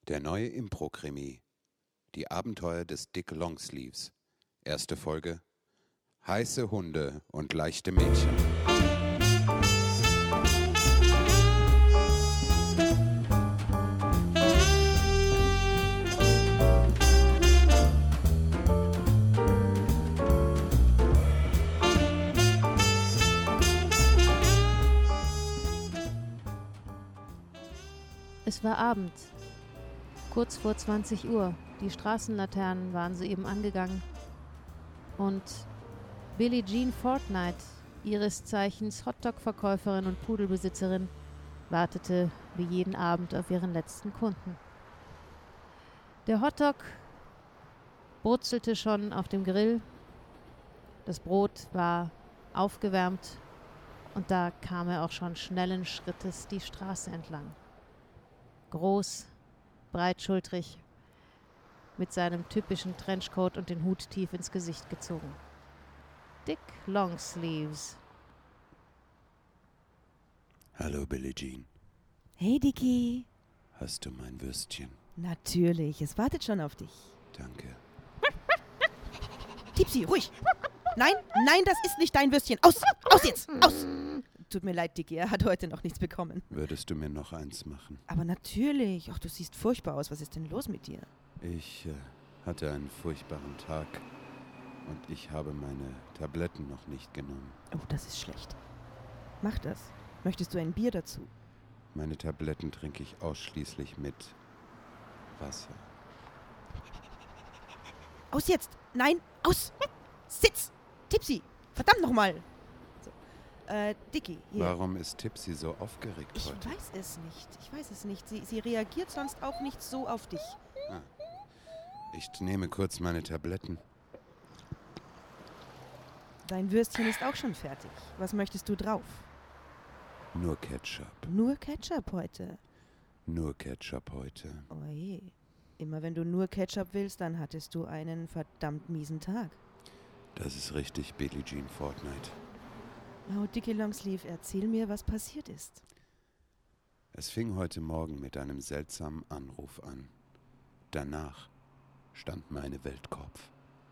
Der neue Impro-Krimi. Die Abenteuer des Dick Longsleeves. Erste Folge. Heiße Hunde und leichte Mädchen. Es war Abend, kurz vor 20 Uhr. Die Straßenlaternen waren soeben angegangen. Und Billie Jean Fortnite, ihres Zeichens Hotdog-Verkäuferin und Pudelbesitzerin, wartete wie jeden Abend auf ihren letzten Kunden. Der Hotdog brutzelte schon auf dem Grill. Das Brot war aufgewärmt und da kam er auch schon schnellen Schrittes die Straße entlang. Groß, breitschultrig, mit seinem typischen Trenchcoat und den Hut tief ins Gesicht gezogen. Dick Longsleeves. Hallo Billie Jean. Hey Dicky. Hast du mein Würstchen? Natürlich, es wartet schon auf dich. Danke. Tipsy, ruhig. Nein, das ist nicht dein Würstchen. Aus jetzt, aus. Tut mir leid, Dicky, er hat heute noch nichts bekommen. Würdest du mir noch eins machen? Aber natürlich. Ach, du siehst furchtbar aus. Was ist denn los mit dir? Ich hatte einen furchtbaren Tag und ich habe meine Tabletten noch nicht genommen. Oh, das ist schlecht. Mach das. Möchtest du ein Bier dazu? Meine Tabletten trinke ich ausschließlich mit Wasser. Aus jetzt. Nein, aus. Sitz. Tipsy. Verdammt nochmal. So. Dicky, hier. Warum ist Tipsy so aufgeregt Ich heute? weiß es nicht. Sie reagiert sonst auch nicht so auf dich. Ich nehme kurz meine Tabletten. Dein Würstchen ist auch schon fertig. Was möchtest du drauf? Nur Ketchup. Nur Ketchup heute. Nur Ketchup heute. Oje. Immer wenn du nur Ketchup willst, dann hattest du einen verdammt miesen Tag. Das ist richtig, Billie Jean Fortnite. Oh, Dicky Longsleeve, erzähl mir, was passiert ist. Es fing heute Morgen mit einem seltsamen Anruf an. Danach stand meine Welt Kopf.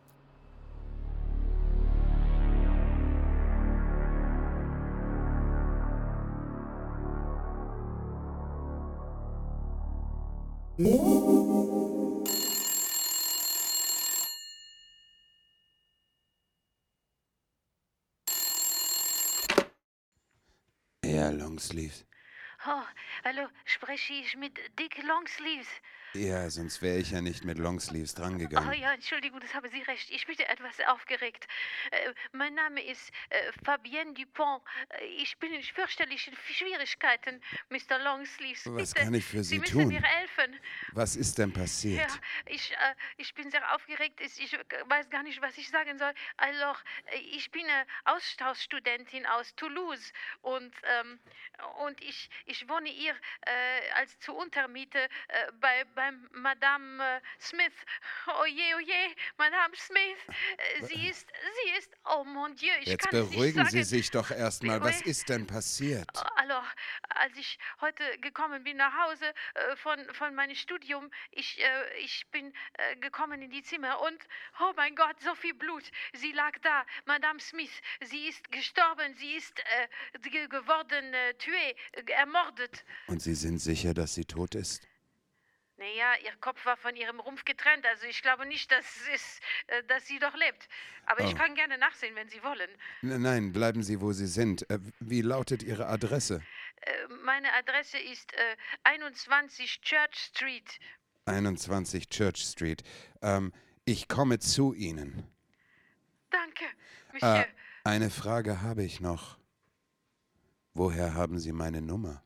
Ja, Longsleeves. Oh, hallo, spreche ich mit Dick Longsleeves? Ja, sonst wäre ich ja nicht mit Longsleeves Oh drangegangen. ja, Entschuldigung, das haben Sie recht. Ich bin etwas aufgeregt. Mein Name ist Fabienne Dupont. Ich bin in fürchterlichen Schwierigkeiten, Mr. Longsleeves. Was Bitte, kann ich für Sie müssen tun? mir helfen. Was ist denn passiert? Ja, ich bin sehr aufgeregt. Ich weiß gar nicht, was ich sagen soll. Also, ich bin Austauschstudentin aus Toulouse und ich wohne hier als zur Untermiete beim Madame Smith. Oje, Madame Smith. Sie ist, oh mon Dieu, ich Jetzt kann es nicht beruhigen sagen. Sie sich doch erstmal. Was Oui. ist denn passiert? Also, als ich heute gekommen bin nach Hause von meinem Studium, ich bin gekommen in die Zimmer und, oh mein Gott, so viel Blut. Sie lag da, Madame Smith. Sie ist gestorben, sie ist geworden, tuée, ermordet. Und Sie sind sicher, dass sie tot ist? Naja, ihr Kopf war von ihrem Rumpf getrennt, also ich glaube nicht, dass sie doch lebt. Aber ich Oh. kann gerne nachsehen, wenn Sie wollen. Nein, bleiben Sie, wo Sie sind. Wie lautet Ihre Adresse? Meine Adresse ist 21 Church Street. 21 Church Street. Ich komme zu Ihnen. Danke, Monsieur. Eine Frage habe ich noch. Woher haben Sie meine Nummer?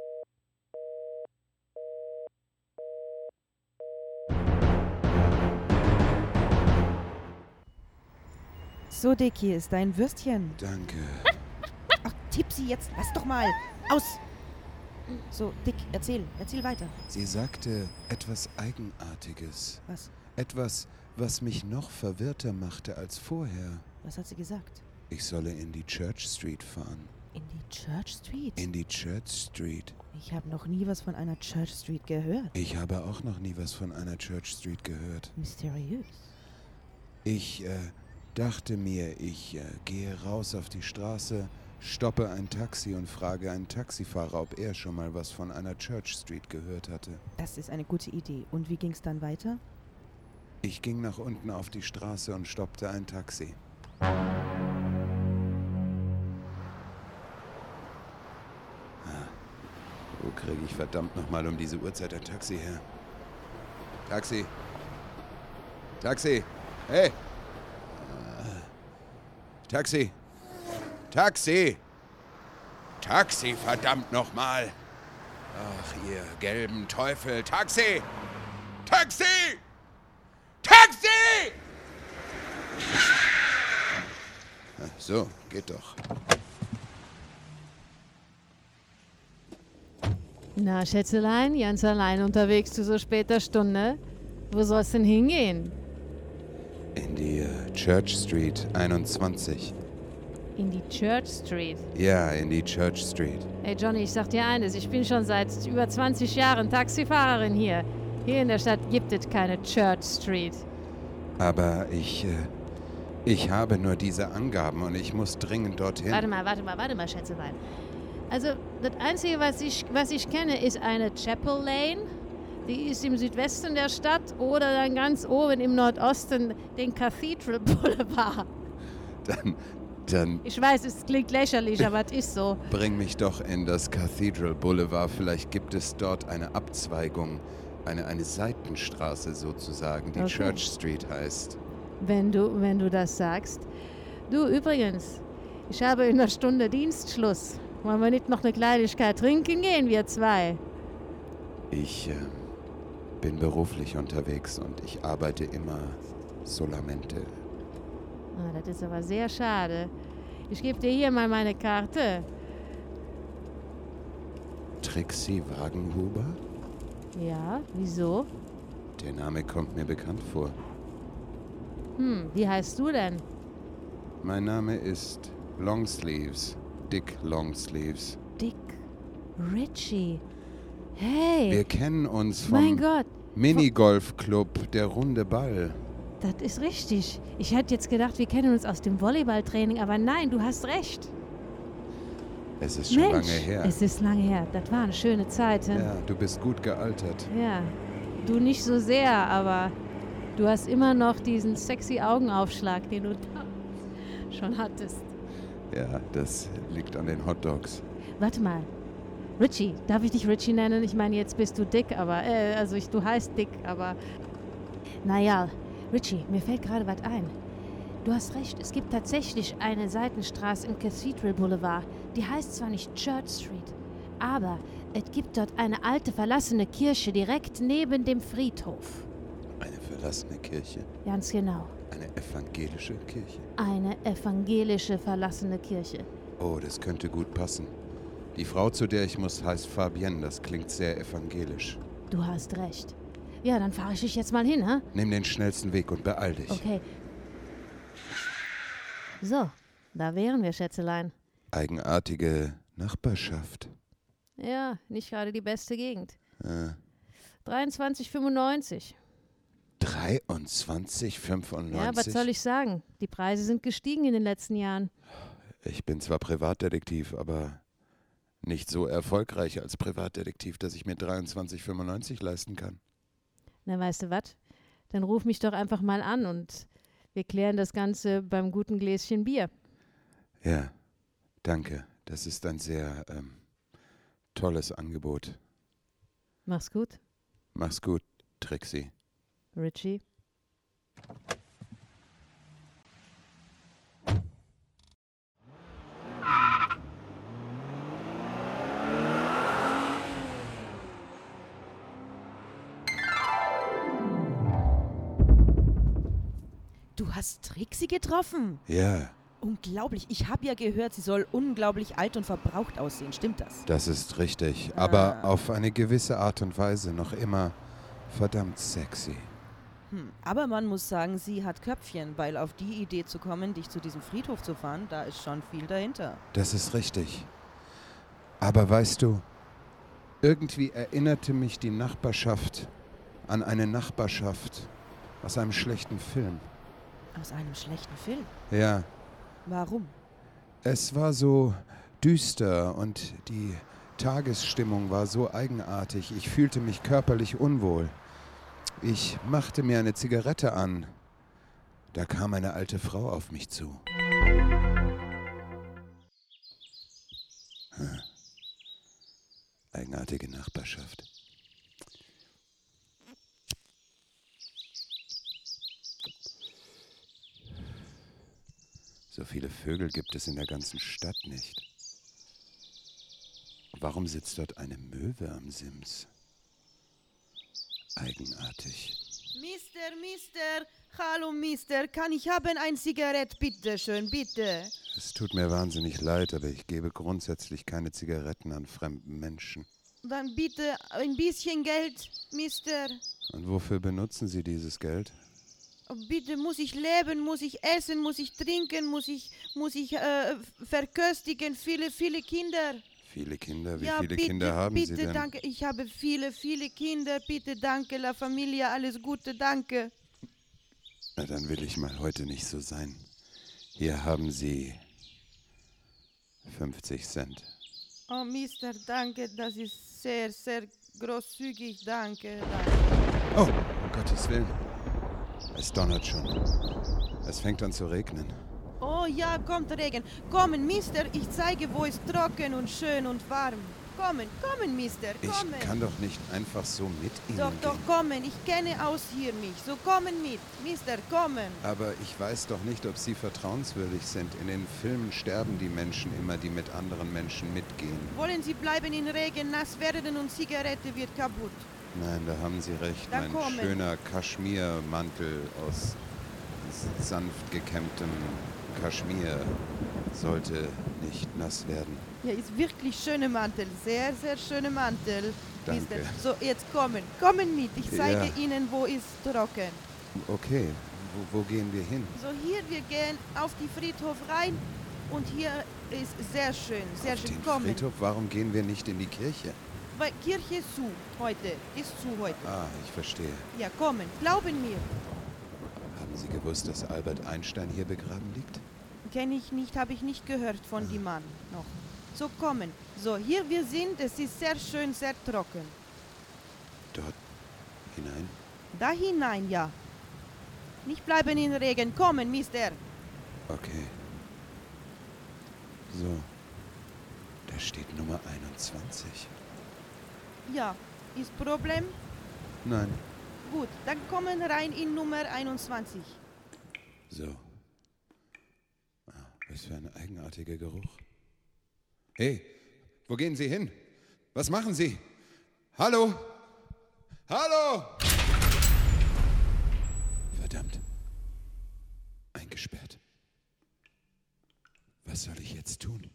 So, Dicky, ist dein Würstchen. Danke. Ach, Tipsy, jetzt lass doch mal. Aus. So, Dick, erzähl weiter. Sie sagte etwas Eigenartiges. Was? Etwas, was mich noch verwirrter machte als vorher. Was hat sie gesagt? Ich solle in die Church Street fahren. In die Church Street? In die Church Street. Ich habe noch nie was von einer Church Street gehört. Ich habe auch noch nie was von einer Church Street gehört. Mysteriös. Ich dachte mir, ich gehe raus auf die Straße, stoppe ein Taxi und frage einen Taxifahrer, ob er schon mal was von einer Church Street gehört hatte. Das ist eine gute Idee. Und wie ging es dann weiter? Ich ging nach unten auf die Straße und stoppte ein Taxi. Wo kriege ich verdammt nochmal um diese Uhrzeit ein Taxi her? Taxi! Taxi! Hey! Taxi! Taxi! Taxi, verdammt nochmal! Ach, ihr gelben Teufel! Taxi! Taxi! Taxi! So, geht doch. Na, Schätzelein, ganz allein unterwegs zu so später Stunde. Wo soll's denn hingehen? In die Church Street 21. In die Church Street. Ja, in die Church Street. Ey Johnny, ich sag dir eines, ich bin schon seit über 20 Jahren Taxifahrerin hier. Hier in der Stadt gibt es keine Church Street. Aber ich habe nur diese Angaben und ich muss dringend dorthin. Warte mal, Schätzelein. Also, das Einzige, was ich kenne, ist eine Chapel Lane. Die ist im Südwesten der Stadt oder dann ganz oben im Nordosten den Cathedral Boulevard. Dann Ich weiß, es klingt lächerlich, aber es ist so. bring mich doch in das Cathedral Boulevard. Vielleicht gibt es dort eine Abzweigung, eine Seitenstraße sozusagen, die Okay. Church Street heißt. Wenn du das sagst. Du, übrigens, ich habe in einer Stunde Dienstschluss. Wollen wir nicht noch eine Kleinigkeit trinken gehen, wir zwei? Ich bin beruflich unterwegs und ich arbeite immer solamente. Ah, das ist aber sehr schade. Ich gebe dir hier mal meine Karte. Trixie Wagenhuber? Ja, wieso? Der Name kommt mir bekannt vor. Wie heißt du denn? Mein Name ist Longsleeves. Dick Longsleeves. Dick Ritchie. Hey, Wir kennen uns mein vom Gott, Minigolfclub Der Runde Ball. das ist richtig. Ich hätte jetzt gedacht, wir kennen uns aus dem Volleyballtraining, aber nein, du hast recht. Es ist schon lange her. Es ist lange her. Das waren schöne Zeiten. Ja, du bist gut gealtert. Ja, du nicht so sehr, aber du hast immer noch diesen sexy Augenaufschlag, den du damals schon hattest. Ja, das liegt an den Hotdogs. Warte mal. Richie, darf ich dich Richie nennen? Ich meine, jetzt bist du dick, aber, du heißt dick, aber... Naja, Richie, mir fällt gerade was ein. Du hast recht, es gibt tatsächlich eine Seitenstraße im Cathedral Boulevard. Die heißt zwar nicht Church Street, aber es gibt dort eine alte verlassene Kirche direkt neben dem Friedhof. Eine verlassene Kirche. Ganz genau. Eine evangelische Kirche. Eine evangelische verlassene Kirche. Oh, das könnte gut passen. Die Frau, zu der ich muss, heißt Fabienne. Das klingt sehr evangelisch. Du hast recht. Ja, dann fahre ich dich jetzt mal hin, ha? Nimm den schnellsten Weg und beeil dich. Okay. So, da wären wir, Schätzelein. Eigenartige Nachbarschaft. Ja, nicht gerade die beste Gegend. 23,95. 23,95? Ja, was soll ich sagen? Die Preise sind gestiegen in den letzten Jahren. Ich bin zwar Privatdetektiv, aber nicht so erfolgreich als Privatdetektiv, dass ich mir 23,95 leisten kann. Na, weißt du was? Dann ruf mich doch einfach mal an und wir klären das Ganze beim guten Gläschen Bier. Ja, danke. Das ist ein sehr tolles Angebot. Mach's gut, Mach's gut, Trixie. Richie. Du hast Trixie getroffen? Ja, Unglaublich. Ich habe ja gehört, sie soll unglaublich alt und verbraucht aussehen. Stimmt das? das ist richtig. Aber auf eine gewisse Art und Weise noch immer verdammt sexy. Aber man muss sagen, sie hat Köpfchen, weil auf die Idee zu kommen, dich zu diesem Friedhof zu fahren, da ist schon viel dahinter. Das ist richtig. Aber weißt du, irgendwie erinnerte mich die Nachbarschaft an eine Nachbarschaft aus einem schlechten Film. Aus einem schlechten Film? Ja, Warum? es war so düster und die Tagesstimmung war so eigenartig. Ich fühlte mich körperlich unwohl. Ich machte mir eine Zigarette an. Da kam eine alte Frau auf mich zu. Eigenartige Nachbarschaft. So viele Vögel gibt es in der ganzen Stadt nicht. Warum sitzt dort eine Möwe am Sims? Eigenartig. Mister, hallo Mister, kann ich haben ein Zigarett, bitte schön, bitte. Es tut mir wahnsinnig leid, aber ich gebe grundsätzlich keine Zigaretten an fremden Menschen. Dann bitte ein bisschen Geld, Mister. Und wofür benutzen Sie dieses Geld? Bitte, muss ich leben, muss ich essen, muss ich trinken, muss ich verköstigen, viele Kinder. Viele Kinder? Wie Ja, viele bitte, Kinder haben bitte, Sie denn? danke. Ich habe viele Kinder. Bitte, danke, La Familia, alles Gute, danke. Na, dann will ich mal heute nicht so sein. Hier haben Sie 50 Cent. Oh, Mister, danke, das ist sehr großzügig, danke. Oh, um Gottes Willen. Es donnert schon. Es fängt an zu regnen. Oh ja, kommt Regen. Kommen, Mister, ich zeige, wo es trocken und schön und warm. Kommen, Mister, kommen. Ich kann doch nicht einfach so mit Ihnen Doch, gehen. kommen, ich kenne aus hier mich. So kommen mit, Mister, kommen. Aber ich weiß doch nicht, ob Sie vertrauenswürdig sind. In den Filmen sterben die Menschen immer, die mit anderen Menschen mitgehen. Wollen Sie bleiben in Regen, nass werden und Zigarette wird kaputt. Nein, da haben Sie recht. Dann Mein kommen. schöner Kaschmirmantel aus sanft gekämmtem Kaschmir sollte nicht nass werden. Ja, ist wirklich schöner Mantel. Sehr schöner Mantel. Danke. Mister. So, jetzt kommen mit. Ich zeige Ja. Ihnen, wo ist trocken. Okay, wo gehen wir hin? So, hier, wir gehen auf die Friedhof rein und hier ist sehr schön, sehr Auf schön. den Kommen. Friedhof? Warum gehen wir nicht in die Kirche? Weil Kirche ist zu heute. Ist zu heute. Ah, ich verstehe. Ja, kommen. Glauben mir. Haben Sie gewusst, dass Albert Einstein hier begraben liegt? Kenne ich nicht, habe ich nicht gehört von dem Mann noch. So, kommen. So, hier wir sind. Es ist sehr schön, sehr trocken. Dort hinein? Da hinein, ja. Nicht bleiben in Regen. Kommen, Mister. Okay. So. Da steht Nummer 21. Ja, ist Problem? Nein. Gut, dann kommen rein in Nummer 21. So. Ah, was für ein eigenartiger Geruch. Hey, wo gehen Sie hin? Was machen Sie? Hallo? Hallo? Verdammt. Eingesperrt. Was soll ich jetzt tun?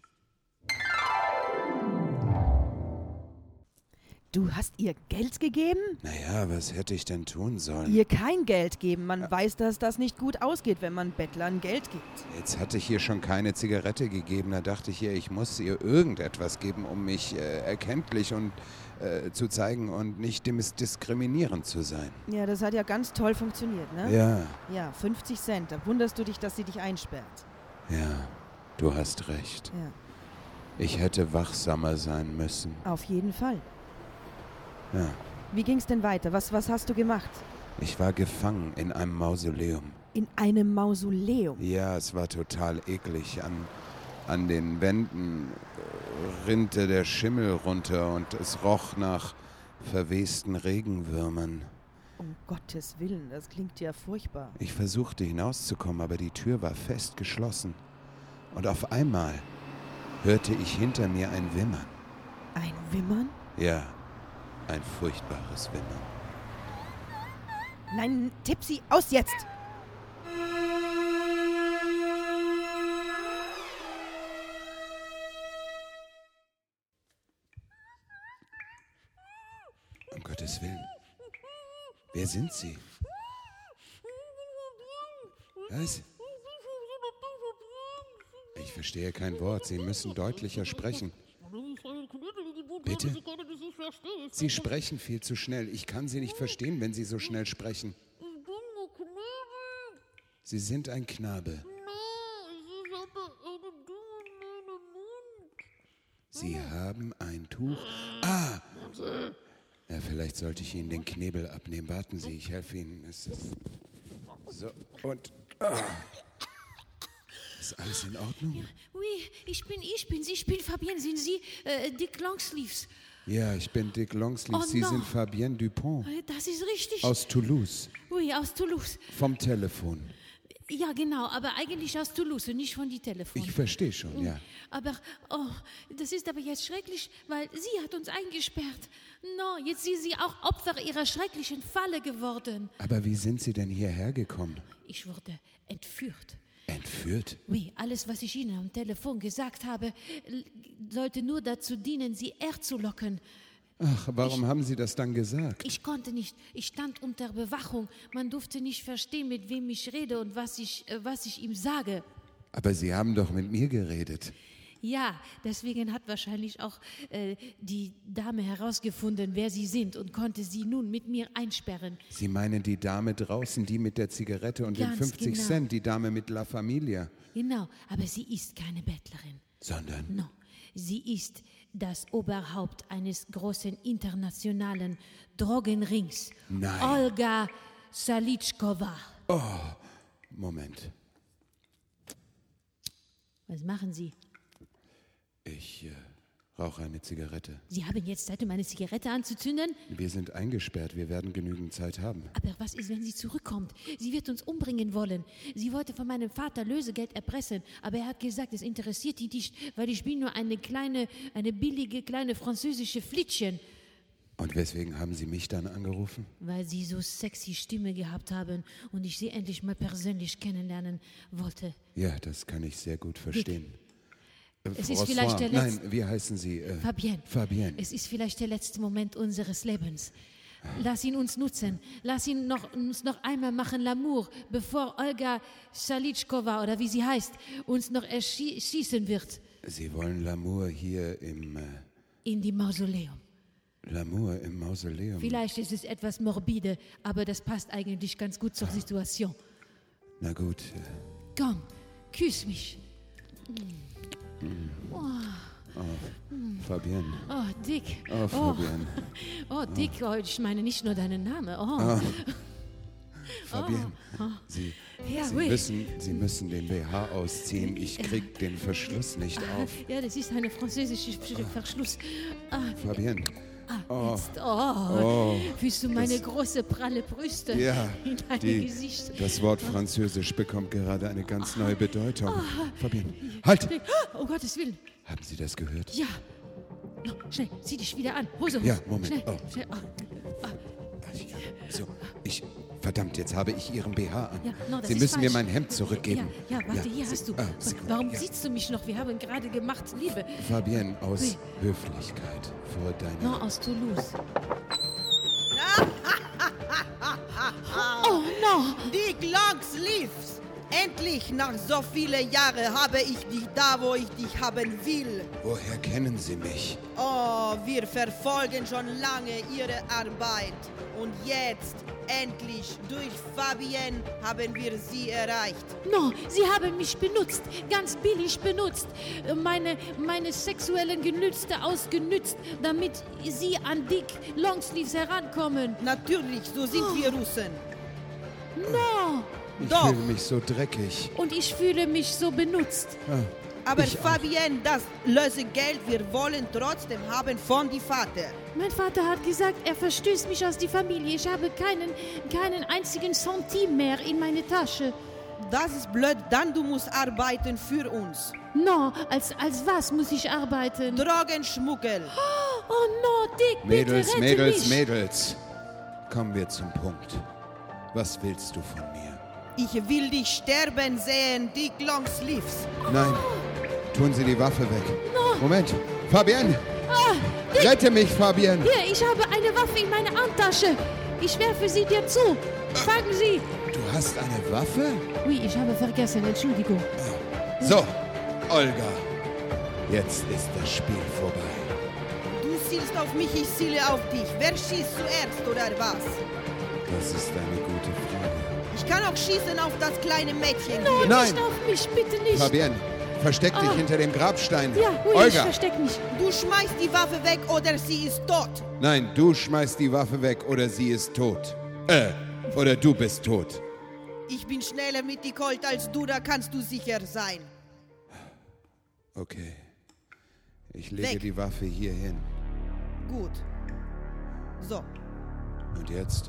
Du hast ihr Geld gegeben? Naja, was hätte ich denn tun sollen? Ihr kein Geld geben. Man weiß, dass das nicht gut ausgeht, wenn man Bettlern Geld gibt. Jetzt hatte ich ihr schon keine Zigarette gegeben. Da dachte ich ihr, ich muss ihr irgendetwas geben, um mich erkenntlich und zu zeigen und nicht diskriminierend zu sein. Ja, das hat ja ganz toll funktioniert, ne? Ja, Ja, 50 Cent. Da wunderst du dich, dass sie dich einsperrt. ja, du hast recht. Ja, Ich hätte wachsamer sein müssen. auf jeden Fall. Ja, Wie ging's denn weiter? Was hast du gemacht? ich war gefangen in einem Mausoleum. In einem Mausoleum. Ja, es war total eklig. An den Wänden rinnte der Schimmel runter und es roch nach verwesten Regenwürmern. Um Gottes Willen, das klingt ja furchtbar. Ich versuchte hinauszukommen, aber die Tür war fest geschlossen. Und auf einmal hörte ich hinter mir ein Wimmern. Ein Wimmern? Ja, ein furchtbares Wimmern. Nein, Tipsy, aus jetzt! Um Gottes Willen. Wer sind Sie? Was? Ich verstehe kein Wort. Sie müssen deutlicher sprechen. Bitte? Sie sprechen viel zu schnell. Ich kann Sie nicht verstehen, wenn Sie so schnell sprechen. Sie sind ein Knabe. Sie haben ein Tuch. Ah! Ja, vielleicht sollte ich Ihnen den Knebel abnehmen. Warten Sie, ich helfe Ihnen. Es ist so, und... Ist alles in Ordnung? Oui, ich bin Fabienne. Sind Sie Dick Longsleeves? Ja, ich bin Dick Longsleeves. Oh, Sie no. sind Fabienne Dupont. Das ist richtig. Aus Toulouse. Oui, aus Toulouse. Vom Telefon. Ja, genau, aber eigentlich aus Toulouse und nicht von die Telefon. Ich verstehe schon, ja. Aber, das ist aber jetzt schrecklich, weil sie hat uns eingesperrt. No, jetzt sind sie auch Opfer ihrer schrecklichen Falle geworden. Aber wie sind Sie denn hierher gekommen? Ich wurde entführt. Entführt? Oui, alles, was ich Ihnen am Telefon gesagt habe, sollte nur dazu dienen, Sie zu locken. Ach, warum haben Sie das dann gesagt? Ich konnte nicht. Ich stand unter Bewachung. Man durfte nicht verstehen, mit wem ich rede und was ich ihm sage. Aber Sie haben doch mit mir geredet. Ja, deswegen hat wahrscheinlich auch die Dame herausgefunden, wer Sie sind und konnte Sie nun mit mir einsperren. Sie meinen die Dame draußen, die mit der Zigarette und den Ganz 50 genau. Cent, die Dame mit La Familia. Genau, aber sie ist keine Bettlerin. Sondern? No, sie ist das Oberhaupt eines großen internationalen Drogenrings. Nein. Olga Salitschkova. Moment. Was machen Sie? Ich rauche eine Zigarette. Sie haben jetzt Zeit, um eine Zigarette anzuzünden? Wir sind eingesperrt, wir werden genügend Zeit haben. Aber was ist, wenn sie zurückkommt? Sie wird uns umbringen wollen. Sie wollte von meinem Vater Lösegeld erpressen, aber er hat gesagt, es interessiert ihn nicht, weil ich bin nur eine billige, kleine französische Flittchen. Und weswegen haben Sie mich dann angerufen? Weil sie so sexy Stimme gehabt haben und ich sie endlich mal persönlich kennenlernen wollte. Ja, das kann ich sehr gut verstehen. Es ist vielleicht der letzte... Nein, wie heißen Sie? Fabienne. Fabienne. Es ist vielleicht der letzte Moment unseres Lebens. Lass ihn uns nutzen. Lass ihn uns noch einmal machen L'amour, bevor Olga Salitschkova, oder wie sie heißt, uns noch erschießen wird. Sie wollen L'amour hier im... In die Mausoleum. L'amour im Mausoleum. Vielleicht ist es etwas morbide, aber das passt eigentlich ganz gut zur Situation. Na gut. Komm, küss mich. Fabienne. Oh, Dick. Oh, Fabienne. Oh, Dick, ich meine nicht nur deinen Namen. Fabienne, Sie müssen den BH ausziehen. Ich krieg den Verschluss nicht auf. Ja, das ist ein französischer Verschluss. Fabienne. Jetzt, fühlst du meine große, pralle Brüste Ja, in deinem Gesicht? das Wort Französisch bekommt gerade eine ganz neue Bedeutung. Fabienne, halt! Um Gottes Willen. Haben Sie das gehört? Ja. No, schnell, zieh dich wieder an. Hose hoch. Ja, Moment. Schnell, Oh. schnell. So, verdammt, jetzt habe ich Ihren BH an. Ja, no, das Sie ist müssen mir falsch. mein Hemd zurückgeben. Ja, warte, hier hast du. Warum ja. siehst du mich noch? Wir haben gerade gemacht, Liebe. Fabienne, aus Oui. Höflichkeit vor deiner... No, aus Toulouse. Oh, no. Dick Longsleeves! Endlich, nach so vielen Jahren, habe ich dich da, wo ich dich haben will. Woher kennen Sie mich? Oh, wir verfolgen schon lange Ihre Arbeit. Und jetzt, endlich, durch Fabienne, haben wir sie erreicht. No, sie haben mich benutzt, ganz billig benutzt, meine sexuellen Genütze ausgenützt, damit sie an Dick Longsleeves herankommen. Natürlich, so sind wir Russen. No, Ich Doch. fühle mich so dreckig. und ich fühle mich so benutzt. Aber Ich auch. Fabienne, das Lösegeld, wir wollen trotzdem haben von die Vater. Mein Vater hat gesagt, er verstößt mich aus der Familie. Ich habe keinen einzigen Centime mehr in meine Tasche. Das ist blöd, dann du musst arbeiten für uns. No, als was muss ich arbeiten? Drogenschmuggel. Oh no, Dick, bitte Mädels, rette Mädels, mich. Mädels. Kommen wir zum Punkt. Was willst du von mir? Ich will dich sterben sehen, Dick Longsleeves. Nein, tun Sie die Waffe weg. Moment, Fabienne! Rette mich, Fabienne! Hier, ich habe eine Waffe in meiner Handtasche. Ich werfe sie dir zu. Fangen Sie! Du hast eine Waffe? Ui, ich habe vergessen, Entschuldigung. So, Olga. Jetzt ist das Spiel vorbei. Du zielst auf mich, ich ziele auf dich. Wer schießt zuerst oder was? Das ist eine gute Frage. Ich kann auch schießen auf das kleine Mädchen Nein, hier. Nein. nicht auf mich, bitte nicht. Fabienne, versteck dich hinter dem Grabstein. Ja, ui, ich Olga. versteck mich. Du schmeißt die Waffe weg oder sie ist tot. Nein, du schmeißt die Waffe weg oder sie ist tot. Oder du bist tot. Ich bin schneller mit die Colt als du, da kannst du sicher sein. Okay. Ich lege Weg. die Waffe hier hin. Gut. So. Und jetzt?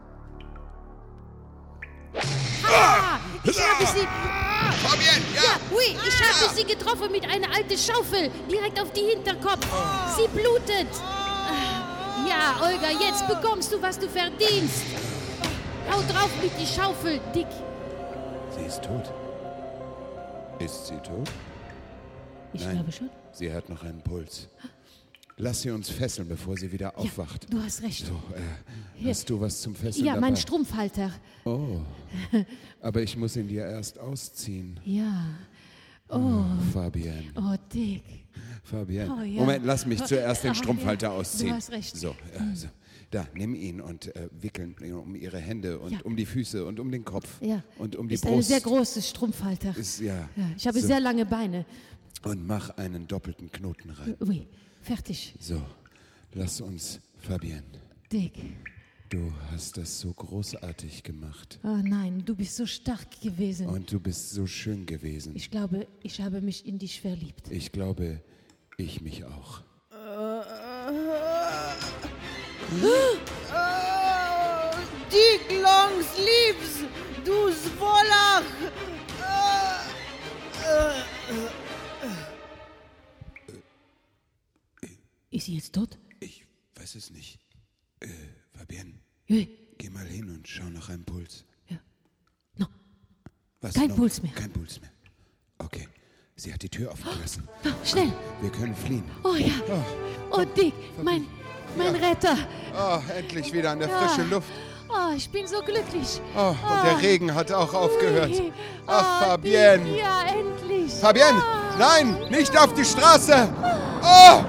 Ich habe sie... Fabienne, Ja, ui, ich habe sie getroffen mit einer alten Schaufel. Direkt auf die Hinterkopf. Sie blutet. Ja, Olga, jetzt bekommst du, was du verdienst. Hau drauf mit die Schaufel, Dick. Sie ist tot. Ist sie tot? Ich Nein. glaube schon. Sie hat noch einen Puls. Lass sie uns fesseln, bevor sie wieder aufwacht. Du hast recht. So, hast du was zum Fesseln Ja, dabei? mein Strumpfhalter. Oh, aber ich muss ihn dir erst ausziehen. Ja. Oh, Fabienne. oh, Dick. Fabienne. Oh, ja. Moment, lass mich zuerst den Oh, Strumpfhalter ja. ausziehen. Du hast recht. So, so. Da, nimm ihn und wickeln um ihre Hände und Ja. um die Füße und um den Kopf Ja. und um die Ist Brust. ein sehr großes Strumpfhalter. Ist, ja. Ja, ich habe so. sehr lange Beine. Und mach einen doppelten Knoten rein. Ui, fertig. So, lass uns, Fabienne. Dick. Du hast das so großartig gemacht. Oh nein, du bist so stark gewesen. Und du bist so schön gewesen. Ich glaube, ich habe mich in dich verliebt. Ich glaube, ich mich auch. Dick long sleeves, du Swolach. Ist sie jetzt tot? Ich weiß es nicht. Fabienne, Ui, geh mal hin und schau nach einem Puls. ja. No. Was, Kein noch? Puls mehr. Kein Puls mehr. Okay, sie hat die Tür offen gelassen. No, schnell. Wir können fliehen. Oh ja. Oh, Dick, mein Retter. Oh, endlich wieder an der Ja. frischen Luft. Oh, ich bin so glücklich. Oh, und der Regen hat auch aufgehört. Ui. Ach, Oh, Fabienne. Dick, ja, endlich. Fabienne, Ah. nein, nicht auf die Straße. Oh!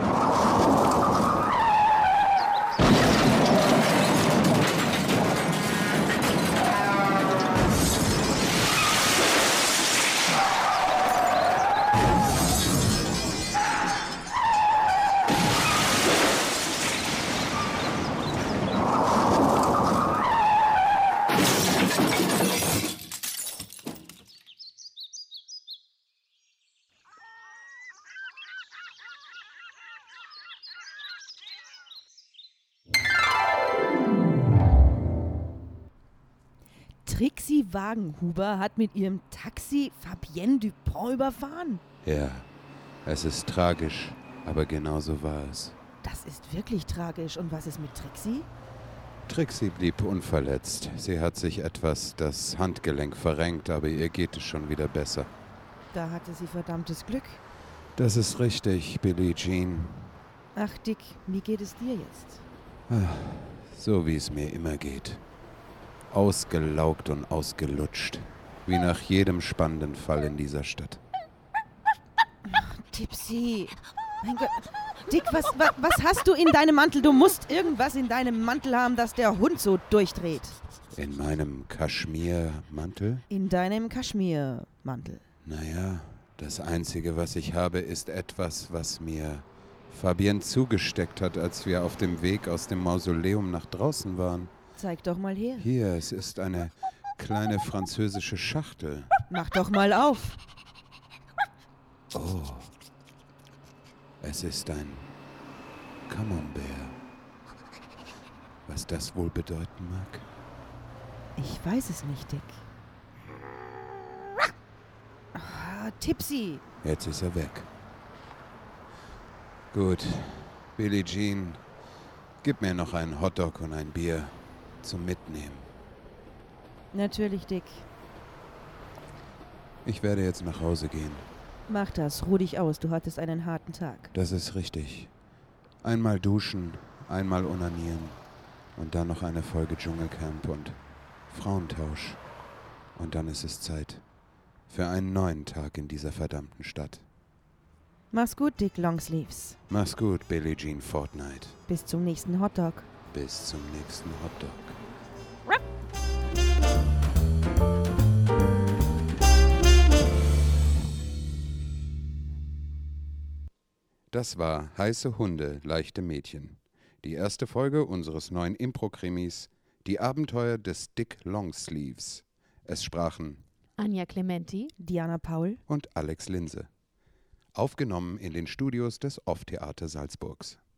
Trixie Wagenhuber hat mit ihrem Taxi Fabienne Dupont überfahren. Ja, es ist tragisch, aber genau so war es. Das ist wirklich tragisch. Und was ist mit Trixie? Trixie blieb unverletzt. Sie hat sich etwas das Handgelenk verrenkt, aber ihr geht es schon wieder besser. Da hatte sie verdammtes Glück. Das ist richtig, Billie Jean. Ach Dick, wie geht es dir jetzt? So wie es mir immer geht. Ausgelaugt und ausgelutscht. Wie nach jedem spannenden Fall in dieser Stadt. Tipsy. Mein Gott. Dick, was hast du in deinem Mantel? Du musst irgendwas in deinem Mantel haben, dass der Hund so durchdreht. In meinem Kaschmirmantel? In deinem Kaschmirmantel. Naja, das Einzige, was ich habe, ist etwas, was mir Fabienne zugesteckt hat, als wir auf dem Weg aus dem Mausoleum nach draußen waren. Zeig doch mal her. Hier, es ist eine kleine französische Schachtel. Mach doch mal auf. Oh, es ist ein Camembert. Was das wohl bedeuten mag? Ich weiß es nicht, Dick. Tipsy. Jetzt ist er weg. Gut, Billie Jean, gib mir noch einen Hotdog und ein Bier zum Mitnehmen. Natürlich, Dick. Ich werde jetzt nach Hause gehen. Mach das. Ruh dich aus. Du hattest einen harten Tag. Das ist richtig. Einmal duschen, einmal onanieren und dann noch eine Folge Dschungelcamp und Frauentausch. Und dann ist es Zeit für einen neuen Tag in dieser verdammten Stadt. Mach's gut, Dick Longsleeves. Mach's gut, Billie Jean Fortnite. Bis zum nächsten Hotdog. Bis zum nächsten Hotdog. Das war Heiße Hunde, leichte Mädchen. Die erste Folge unseres neuen Impro-Krimis Die Abenteuer des Dick Longsleeves. Es sprachen Anja Clementi, Diana Paul und Alex Linse. Aufgenommen in den Studios des Off-Theater Salzburgs.